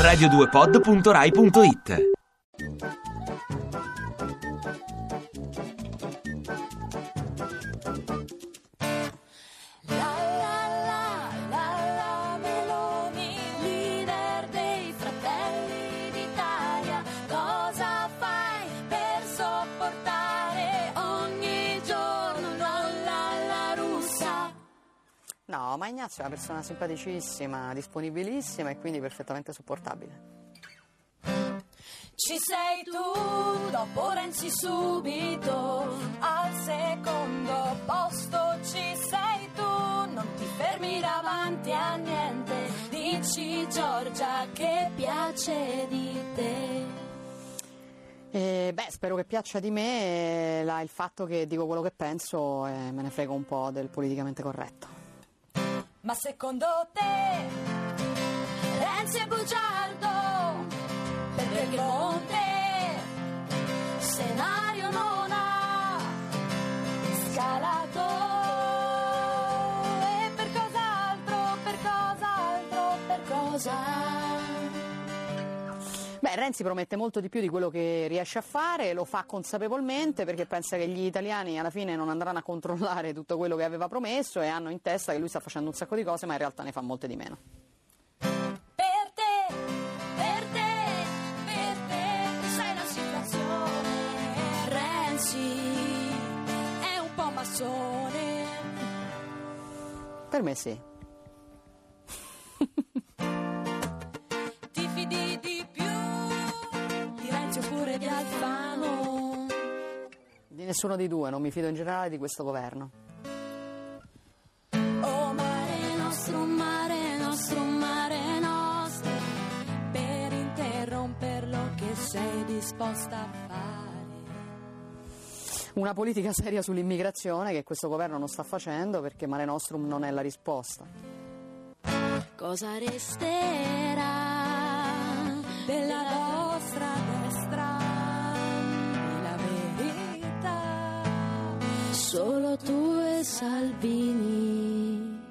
radio2pod.rai.it. Meloni, leader dei Fratelli d'Italia, cosa fai per sopportare ogni giorno la russa? No, ma Ignazio è una persona simpaticissima, disponibilissima e quindi perfettamente sopportabile. Ci sei tu, dopo Renzi subito, al secondo posto ci sei tu, non ti fermi davanti a niente, dici Giorgia che piace di te. Spero che piaccia di me il fatto che dico quello che penso e me ne frego un po' del politicamente corretto. Ma secondo te Renzi è bugiardo? Perché con te scenario non ha scalato. E per cosa? Renzi promette molto di più di quello che riesce a fare, lo fa consapevolmente perché pensa che gli italiani alla fine non andranno a controllare tutto quello che aveva promesso e hanno in testa che lui sta facendo un sacco di cose, ma in realtà ne fa molte di meno. Per te, sai la situazione, Renzi è un po' massone. Per me sì. Ti fidi di più di Renzi oppure di Alfano? Di nessuno dei due, non mi fido in generale di questo governo. Oh mare nostro, mare nostro, mare nostro, per interromperlo che sei disposta a fare? Una politica seria sull'immigrazione che questo governo non sta facendo perché Mare Nostrum non è la risposta. Cosa resterà della vostra destra? La verità, solo tu e Salvini.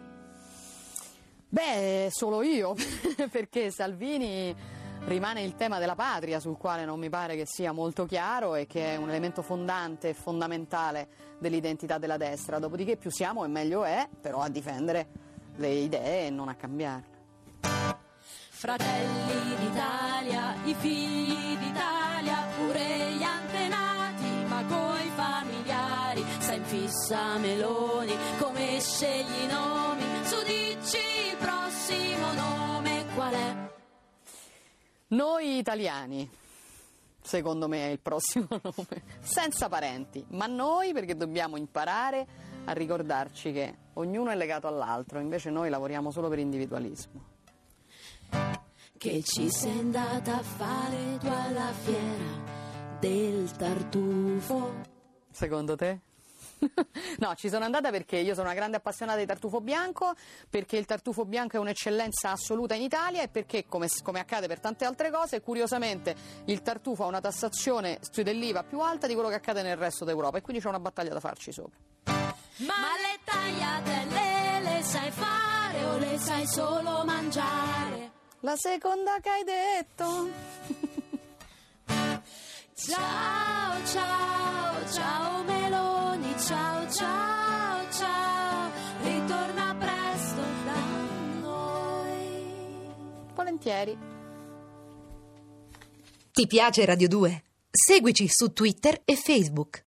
Solo io, perché Salvini rimane il tema della patria, sul quale non mi pare che sia molto chiaro e che è un elemento fondante e fondamentale dell'identità della destra. Dopodiché più siamo e meglio è, però a difendere le idee e non a cambiarle. Fratelli d'Italia, i figli d'Italia, pure gli antenati, ma coi familiari, sta in fissa Meloni, come scegli i nomi, su dici il prossimo nome qual è? Noi italiani, secondo me è il prossimo nome, senza parenti, ma noi perché dobbiamo imparare a ricordarci che ognuno è legato all'altro, invece noi lavoriamo solo per individualismo. Che ci sei andata a fare tu alla fiera del tartufo? Secondo te? No, ci sono andata perché io sono una grande appassionata di tartufo bianco, perché il tartufo bianco è un'eccellenza assoluta in Italia e perché, come accade per tante altre cose, curiosamente il tartufo ha una tassazione dell'IVA più alta di quello che accade nel resto d'Europa e quindi c'è una battaglia da farci sopra. Ma le tagliatelle le sai fare o le sai solo mangiare? La seconda che hai detto. Ciao, ciao, ciao Meloni, ciao, ciao, ciao, ritorna presto da noi. Volentieri. Ti piace Radio 2? Seguici su Twitter e Facebook.